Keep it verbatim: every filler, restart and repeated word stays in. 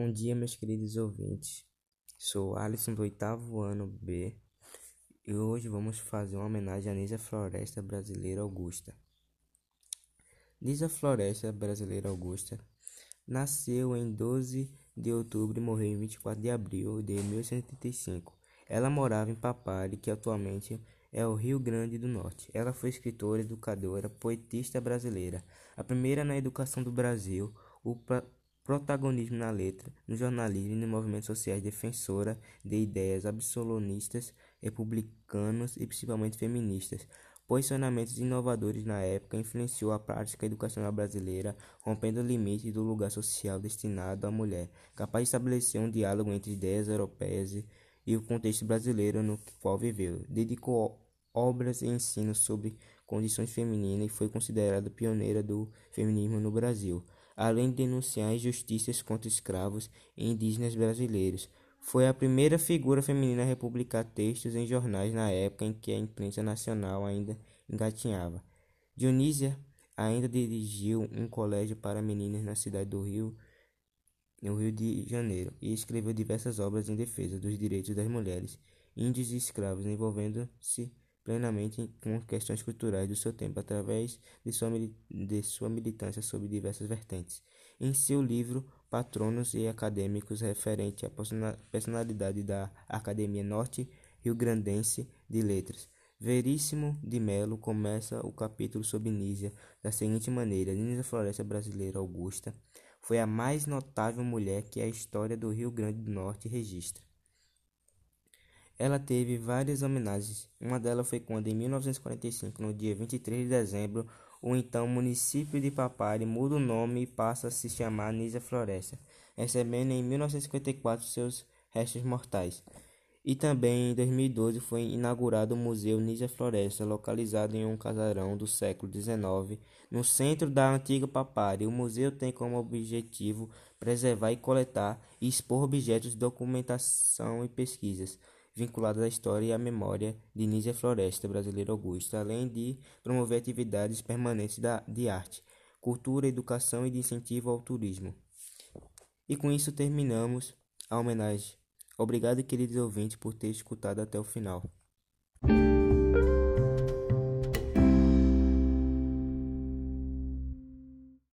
Bom dia, meus queridos ouvintes. Sou Alisson do oitavo ano B e hoje vamos fazer uma homenagem a Nísia Floresta Brasileira Augusta. Nísia Floresta Brasileira Augusta nasceu em doze de outubro e morreu em vinte e quatro de abril de mil oitocentos e oitenta e cinco. Ela morava em Papari, que atualmente é o Rio Grande do Norte. Ela foi escritora, educadora, poetista brasileira, a primeira na educação do Brasil, o pra protagonismo na letra, no jornalismo e nos movimentos sociais, defensora de ideias abolicionistas, republicanos e principalmente feministas. Posicionamentos inovadores na época influenciou a prática educacional brasileira, rompendo o limite do lugar social destinado à mulher, capaz de estabelecer um diálogo entre ideias europeias e, e o contexto brasileiro no qual viveu. Dedicou obras e ensino sobre condições femininas e foi considerada pioneira do feminismo no Brasil, além de denunciar injustiças contra escravos e indígenas brasileiros. Foi a primeira figura feminina a publicar textos em jornais na época em que a imprensa nacional ainda engatinhava. Dionísia ainda dirigiu um colégio para meninas na cidade do Rio, no Rio de Janeiro, e escreveu diversas obras em defesa dos direitos das mulheres, índios e escravos, envolvendo-se plenamente com questões culturais do seu tempo através de sua, de sua militância sobre diversas vertentes. Em seu livro Patronos e Acadêmicos, referente à personalidade da Academia Norte-Rio-Grandense de Letras, Veríssimo de Melo começa o capítulo sobre Nísia da seguinte maneira: Nísia Floresta Brasileira Augusta foi a mais notável mulher que a história do Rio Grande do Norte registra. Ela teve várias homenagens. Uma delas foi quando, em mil novecentos e quarenta e cinco, no dia vinte e três de dezembro, o então município de Papari muda o nome e passa a se chamar Nísia Floresta, recebendo em mil novecentos e cinquenta e quatro seus restos mortais. E também em dois mil e doze foi inaugurado o Museu Nísia Floresta, localizado em um casarão do século dezenove, no centro da antiga Papari. O museu tem como objetivo preservar e coletar e expor objetos de documentação e pesquisas vinculadas à história e à memória de Nísia Floresta Brasileira Augusta, além de promover atividades permanentes da, de arte, cultura, educação e de incentivo ao turismo. E com isso terminamos a homenagem. Obrigado, queridos ouvintes, por ter escutado até o final.